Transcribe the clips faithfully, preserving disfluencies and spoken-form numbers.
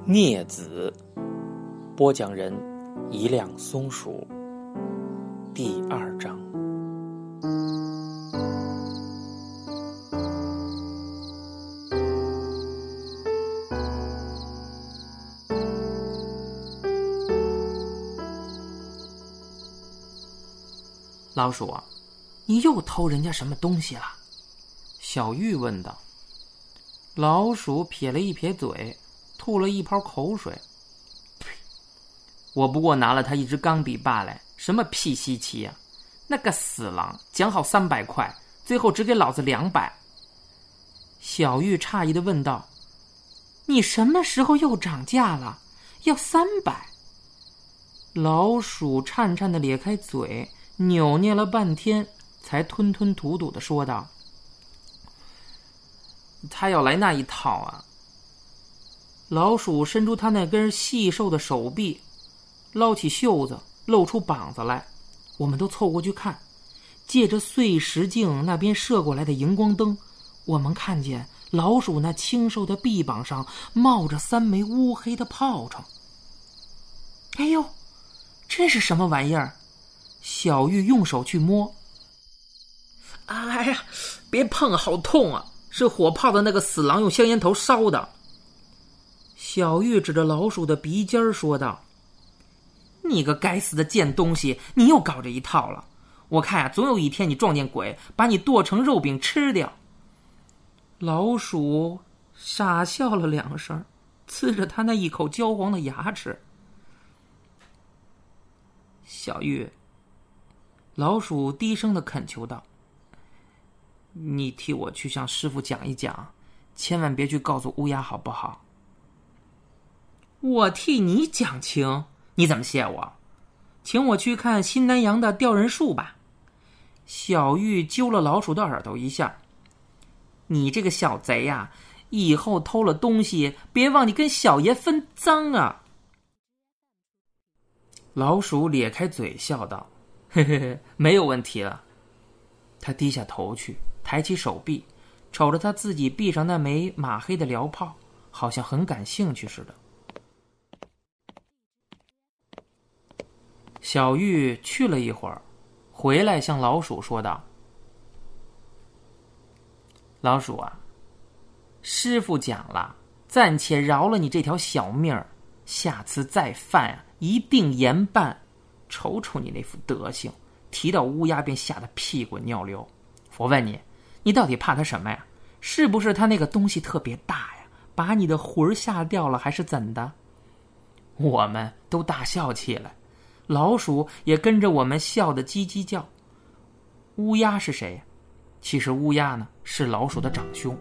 孽子，播讲人一辆松鼠，第二章。 老鼠啊，你又偷人家什么东西了？小玉问道。老鼠撇了一撇嘴，吐了一泡口水。我不过拿了他一支钢笔罢了，什么屁稀奇啊！那个死狼讲好三百块，最后只给老子两百。小玉诧异地问道：你什么时候又涨价了？要三百？老鼠颤颤地咧开嘴，扭捏了半天，才吞吞吐吐地说道：他要来那一套啊！老鼠伸出他那根细瘦的手臂，捞起袖子，露出膀子来。我们都凑过去看，借着碎石镜那边射过来的荧光灯，我们看见老鼠那清瘦的臂膀上冒着三枚乌黑的泡虫。哎呦，这是什么玩意儿？小玉用手去摸。哎呀，别碰，好痛啊！是火炮的那个死狼用香烟头烧的。小玉指着老鼠的鼻尖说道：你个该死的贱东西，你又搞这一套了！我看啊，总有一天你撞见鬼，把你剁成肉饼吃掉。老鼠傻笑了两声，呲着他那一口焦黄的牙齿。小玉，老鼠低声地恳求道：你替我去向师傅讲一讲，千万别去告诉乌鸦好不好？我替你讲情？你怎么谢我？请我去看新南阳的吊人树吧。小玉揪了老鼠的耳朵一下。你这个小贼呀、啊，以后偷了东西别忘记跟小爷分赃啊！老鼠咧开嘴笑道：嘿嘿嘿，没有问题了。他低下头去，抬起手臂，瞅着他自己臂上那枚马黑的燎炮，好像很感兴趣似的。小玉去了一会儿，回来向老鼠说道：老鼠啊，师傅讲了，暂且饶了你这条小命儿，下次再犯啊，一定严办。瞅瞅你那副德行，提到乌鸦便吓得屁滚尿流。我问你，你到底怕他什么呀？是不是他那个东西特别大呀，把你的魂吓掉了，还是怎的？我们都大笑起来，老鼠也跟着我们笑得叽叽叫。乌鸦是谁呀？其实乌鸦呢，是老鼠的长兄。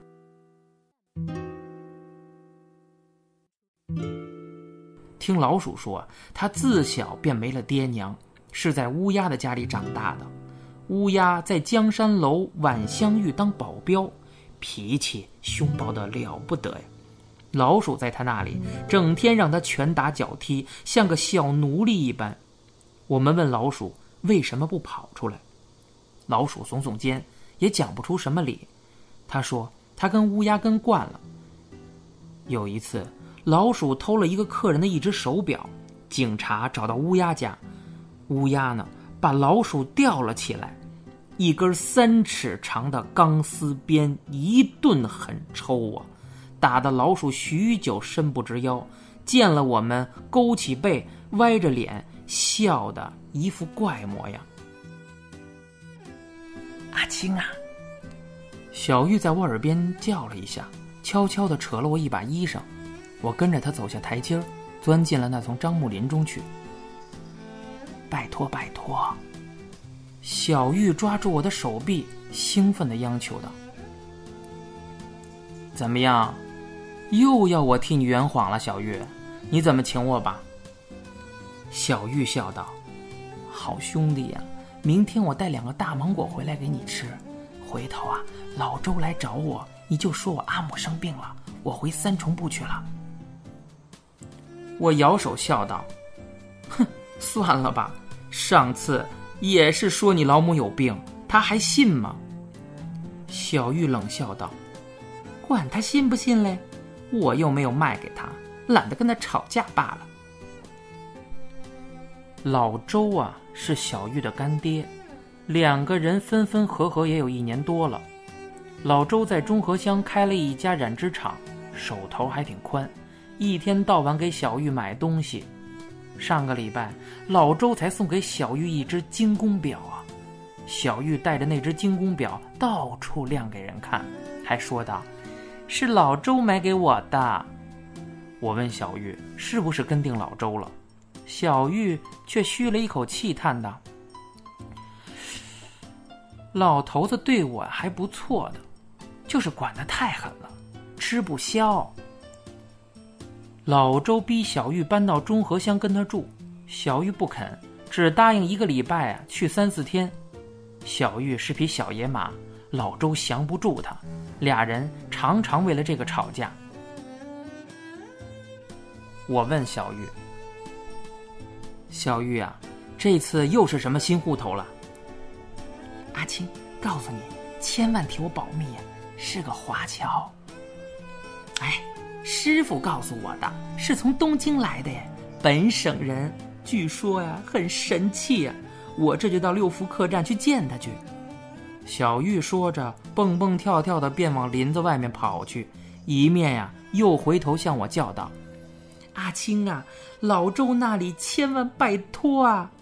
听老鼠说，他自小便没了爹娘，是在乌鸦的家里长大的。乌鸦在江山楼晚香玉当保镖，脾气凶暴得了不得呀。老鼠在他那里整天让他拳打脚踢，像个小奴隶一般。我们问老鼠为什么不跑出来，老鼠耸耸肩，也讲不出什么理。他说他跟乌鸦跟惯了。有一次老鼠偷了一个客人的一只手表，警察找到乌鸦家，乌鸦呢把老鼠吊了起来，一根三尺长的钢丝鞭一顿狠抽啊，打得老鼠许久伸不直腰，见了我们勾起背，歪着脸，笑得一副怪模样。阿青啊！小玉在我耳边叫了一下，悄悄地扯了我一把衣裳。我跟着他走下台阶，钻进了那丛樟木林中去。拜托拜托！小玉抓住我的手臂，兴奋地央求道：怎么样，又要我替你圆谎了？小玉，你怎么请我吧？小玉笑道：好兄弟呀、啊，明天我带两个大芒果回来给你吃。回头啊，老周来找我，你就说我阿母生病了，我回三重部去了。我摇手笑道：哼，算了吧，上次也是说你老母有病，他还信吗？小玉冷笑道：管他信不信嘞，我又没有卖给他， 懒得跟他吵架罢了。老周啊，是小玉的干爹，两个人分分合合也有一年多了。老周在中和乡开了一家染织厂，手头还挺宽，一天到晚给小玉买东西。上个礼拜，老周才送给小玉一只精工表啊。小玉带着那只精工表到处亮给人看，还说道：“是老周买给我的。”我问小玉是不是跟定老周了，小玉却吁了一口气，叹道：“老头子对我还不错的，就是管得太狠了，吃不消。”老周逼小玉搬到中和乡跟他住，小玉不肯，只答应一个礼拜啊，去三四天。小玉是匹小野马，老周降不住他，俩人常常为了这个吵架。我问小玉：“小玉啊，这次又是什么新户头了？”阿青，告诉你，千万替我保密呀，是个华侨。哎，师傅告诉我的，是从东京来的耶，本省人，据说呀很神气呀，我这就到六福客栈去见他去。小玉说着，蹦蹦跳跳的便往林子外面跑去，一面呀又回头向我叫道：“阿青啊，老周那里千万拜托啊！”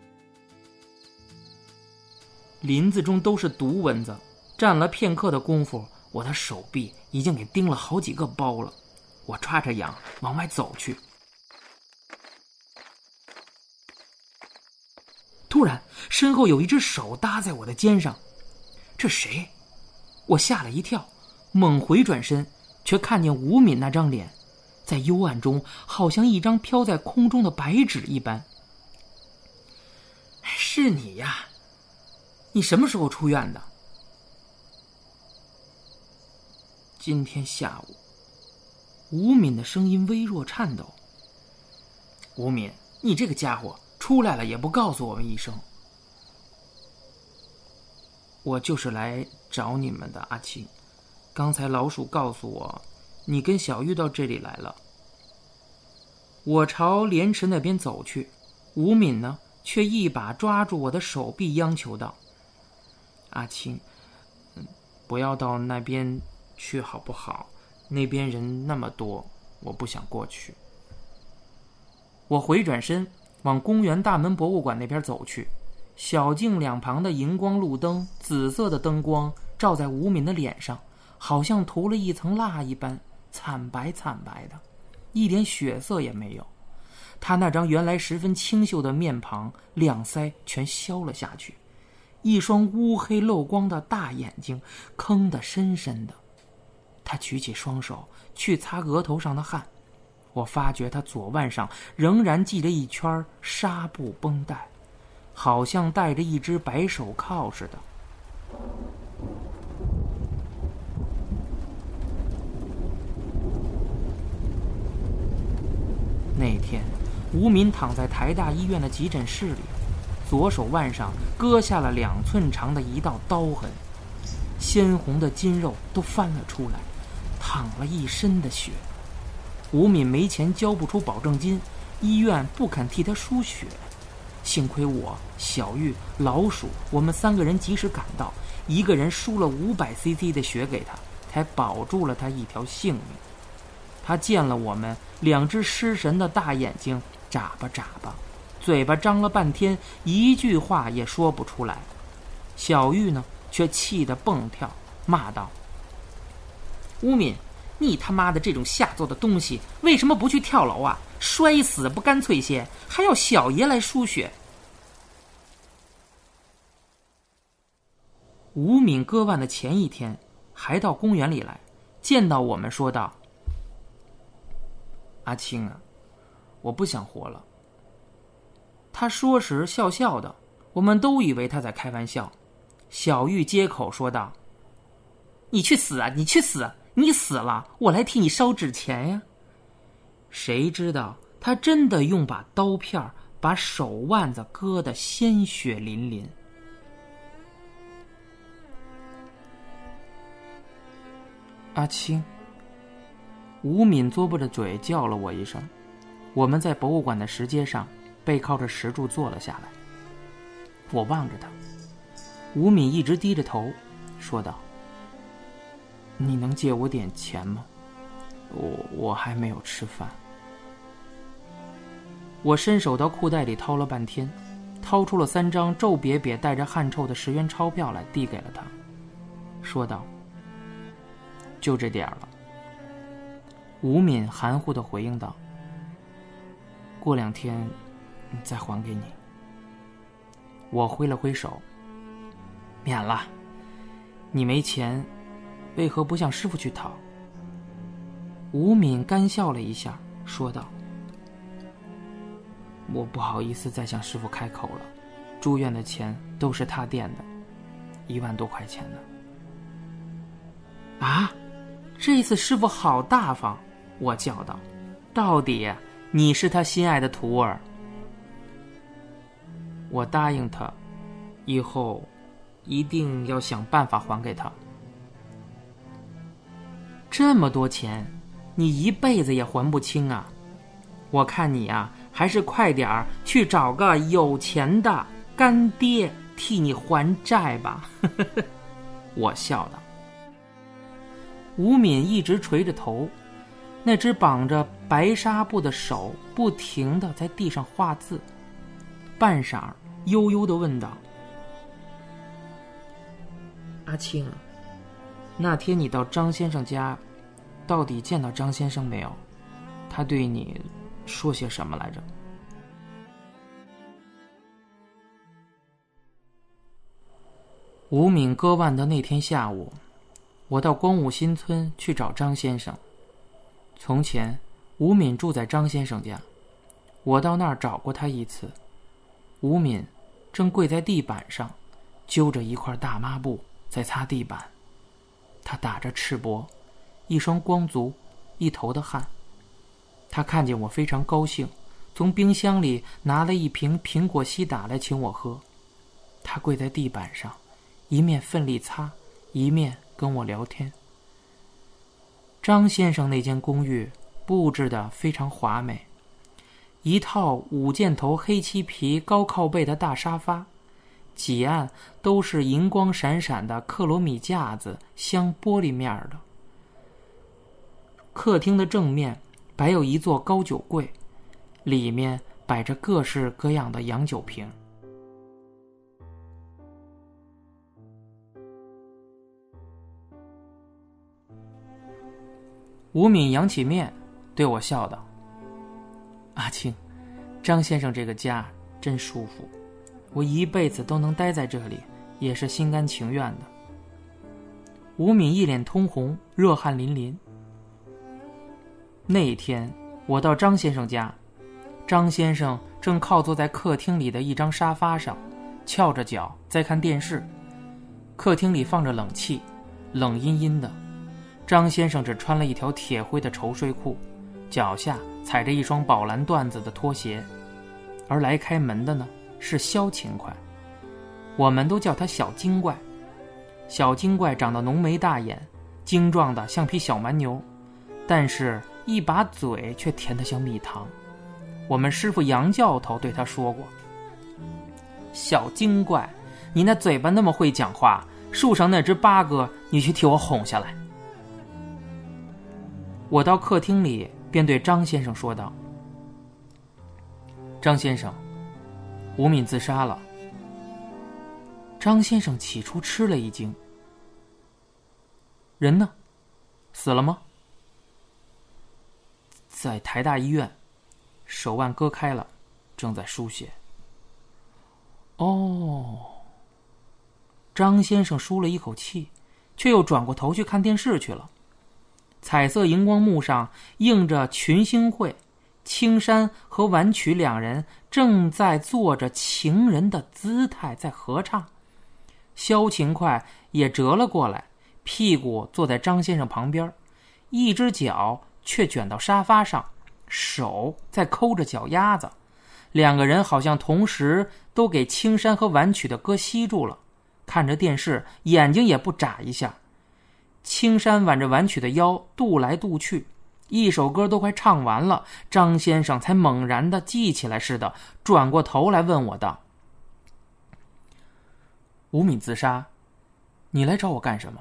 林子中都是毒蚊子，站了片刻的功夫，我的手臂已经给叮了好几个包了。我抓着痒往外走去，突然身后有一只手搭在我的肩上，这谁？我吓了一跳，猛回转身，却看见吴敏那张脸，在幽暗中好像一张飘在空中的白纸一般。是你呀，你什么时候出院的？今天下午。吴敏的声音微弱颤抖。吴敏，你这个家伙出来了也不告诉我们一声。我就是来找你们的，阿青。刚才老鼠告诉我，你跟小玉到这里来了。我朝莲池那边走去，吴敏呢，却一把抓住我的手臂，央求道：“阿青，不要到那边去好不好？那边人那么多，我不想过去。”我回转身往公园大门博物馆那边走去，小径两旁的荧光路灯，紫色的灯光照在吴敏的脸上，好像涂了一层蜡一般，惨白惨白的，一点血色也没有。他那张原来十分清秀的面庞，两腮全消了下去，一双乌黑漏光的大眼睛坑得深深的。他举起双手去擦额头上的汗，我发觉他左腕上仍然系着一圈纱布绷带，好像戴着一只白手铐似的。那天吴敏躺在台大医院的急诊室里，左手腕上割下了两寸长的一道刀痕，鲜红的筋肉都翻了出来，淌了一身的血。吴敏没钱交不出保证金，医院不肯替他输血。幸亏我、小玉、老鼠，我们三个人及时赶到，一个人输了五百 C C 的血给他，才保住了他一条性命。他见了我们，两只失神的大眼睛眨巴眨巴，嘴巴张了半天，一句话也说不出来。小玉呢，却气得蹦跳，骂道：“吴敏，你他妈的这种下作的东西，为什么不去跳楼啊？摔死不干脆些，还要小爷来输血。”吴敏割腕的前一天，还到公园里来，见到我们说道：“阿青啊，我不想活了。”他说时笑笑的，我们都以为他在开玩笑。小玉接口说道：“你去死啊！你去死！你死了，我来替你烧纸钱呀！”谁知道他真的用把刀片把手腕子割得鲜血淋淋。阿青， 吴敏嘬巴着嘴叫了我一声。我们在博物馆的石阶上背靠着石柱坐了下来。我望着他，吴敏一直低着头说道：你能借我点钱吗？我我还没有吃饭。我伸手到裤袋里掏了半天，掏出了三张皱瘪瘪带着汗臭的十元钞票来，递给了他，说道：就这点了。吴敏含糊地回应道：过两天再还给你。我挥了挥手：免了，你没钱，为何不向师傅去讨？吴敏干笑了一下，说道：我不好意思再向师傅开口了，住院的钱都是他垫的，一万多块钱呢。啊，这次师傅好大方！我叫道：到底你是他心爱的徒儿。我答应他，以后一定要想办法还给他。这么多钱，你一辈子也还不清啊！我看你啊，还是快点儿去找个有钱的干爹替你还债吧。我笑道。吴敏一直垂着头，那只绑着白纱布的手不停地在地上画字，半晌悠悠地问道：阿庆，那天你到张先生家，到底见到张先生没有？他对你说些什么来着？吴敏割腕的那天下午，我到光武新村去找张先生。从前吴敏住在张先生家，我到那儿找过他一次。吴敏正跪在地板上，揪着一块大抹布在擦地板。他打着赤膊，一双光足，一头的汗。他看见我非常高兴，从冰箱里拿了一瓶苹果西打来请我喝。他跪在地板上，一面奋力擦，一面跟我聊天。张先生那间公寓布置得非常华美，一套五件头黑漆皮高靠背的大沙发，几案都是银光闪闪的克罗米架子，镶玻璃面的。客厅的正面摆有一座高酒柜，里面摆着各式各样的洋酒瓶。吴敏扬起面对我笑道：阿庆，张先生这个家真舒服，我一辈子都能待在这里，也是心甘情愿的。吴敏一脸通红，热汗淋淋。那一天我到张先生家，张先生正靠坐在客厅里的一张沙发上，翘着脚在看电视。客厅里放着冷气，冷阴阴的。张先生只穿了一条铁灰的绸睡裤，脚下踩着一双宝蓝缎子的拖鞋。而来开门的呢，是萧勤快，我们都叫他小精怪。小精怪长得浓眉大眼，精壮的像匹小蛮牛，但是一把嘴却甜得像蜜糖。我们师傅杨教头对他说过：小精怪，你那嘴巴那么会讲话，树上那只八哥你去替我哄下来。我到客厅里便对张先生说道：张先生，吴敏自杀了。张先生起初吃了一惊：人呢？死了吗？在台大医院，手腕割开了，正在输血。哦。张先生舒了一口气，却又转过头去看电视去了。彩色荧光幕上映着群星会，青山和婉曲两人正在做着情人的姿态在合唱。萧勤快也折了过来，屁股坐在张先生旁边，一只脚却卷到沙发上，手在抠着脚丫子。两个人好像同时都给青山和婉曲的歌吸住了，看着电视，眼睛也不眨一下。青山挽着婉曲的腰，踱来踱去， 一首歌都快唱完了，张先生才猛然地记起来似的，转过头来问我道：吴敏自杀，你来找我干什么？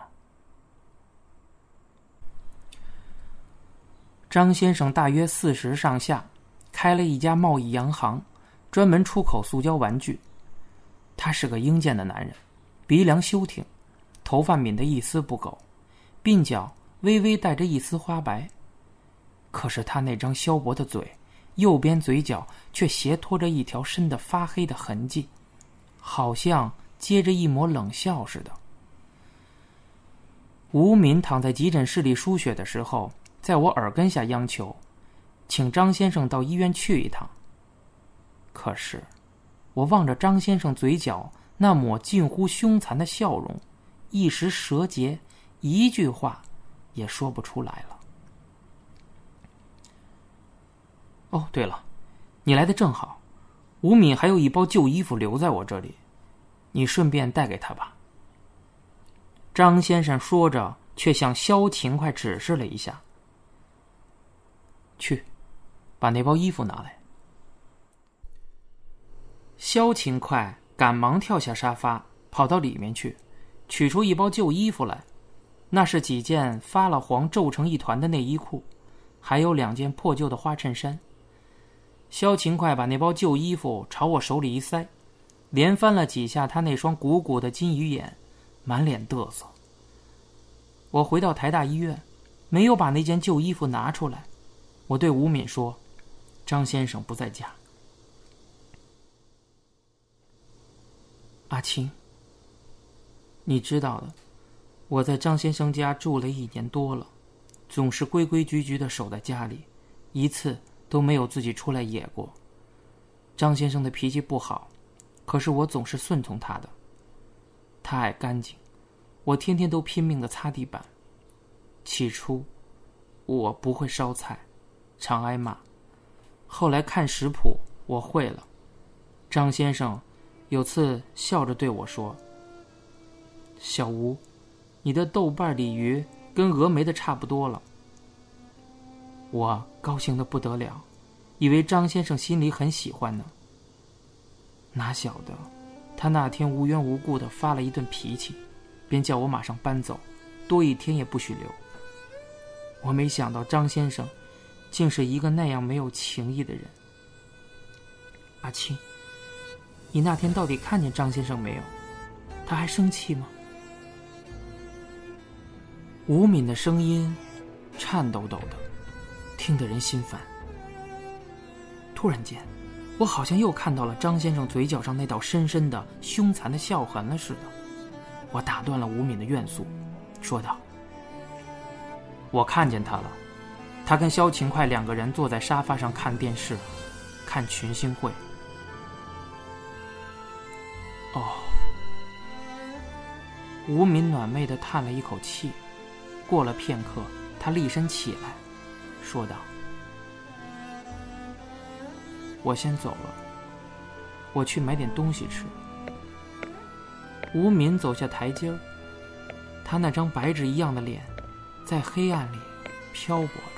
张先生大约四十上下，开了一家贸易洋行，专门出口塑胶玩具。他是个英健的男人，鼻梁修挺，头发抿得一丝不苟，鬓角微微带着一丝花白。可是他那张削薄的嘴，右边嘴角却斜拖着一条深的发黑的痕迹，好像接着一抹冷笑似的。吴敏躺在急诊室里输血的时候，在我耳根下央求，请张先生到医院去一趟。可是我望着张先生嘴角那抹近乎凶残的笑容，一时舌结，一句话也说不出来了。哦，对了，你来的正好，吴敏还有一包旧衣服留在我这里，你顺便带给他吧。张先生说着，却向萧勤快指示了一下：去，把那包衣服拿来。萧勤快赶忙跳下沙发，跑到里面去，取出一包旧衣服来。那是几件发了黄皱成一团的内衣裤，还有两件破旧的花衬衫。萧勤快把那包旧衣服朝我手里一塞，连翻了几下他那双鼓鼓的金鱼眼，满脸嘚瑟。我回到台大医院，没有把那件旧衣服拿出来。我对吴敏说：张先生不在家。阿青，你知道的，我在张先生家住了一年多了，总是规规矩矩地守在家里，一次都没有自己出来野过。张先生的脾气不好，可是我总是顺从他的。他爱干净，我天天都拼命地擦地板。起初我不会烧菜，常挨骂，后来看食谱我会了。张先生有次笑着对我说：小吴，你的豆瓣鲤鱼跟峨眉的差不多了。我高兴得不得了，以为张先生心里很喜欢呢。哪晓得他那天无缘无故地发了一顿脾气，便叫我马上搬走，多一天也不许留。我没想到张先生竟是一个那样没有情义的人。阿青，你那天到底看见张先生没有？他还生气吗？吴敏的声音颤抖抖的，听得人心烦。突然间，我好像又看到了张先生嘴角上那道深深的凶残的笑痕了似的。我打断了吴敏的怨诉，说道：我看见他了，他跟萧勤快两个人坐在沙发上看电视，看群星会。哦，吴敏暖昧地叹了一口气。过了片刻，他立身起来，说道：我先走了，我去买点东西吃。吴敏走下台阶儿，他那张白纸一样的脸在黑暗里漂泊了。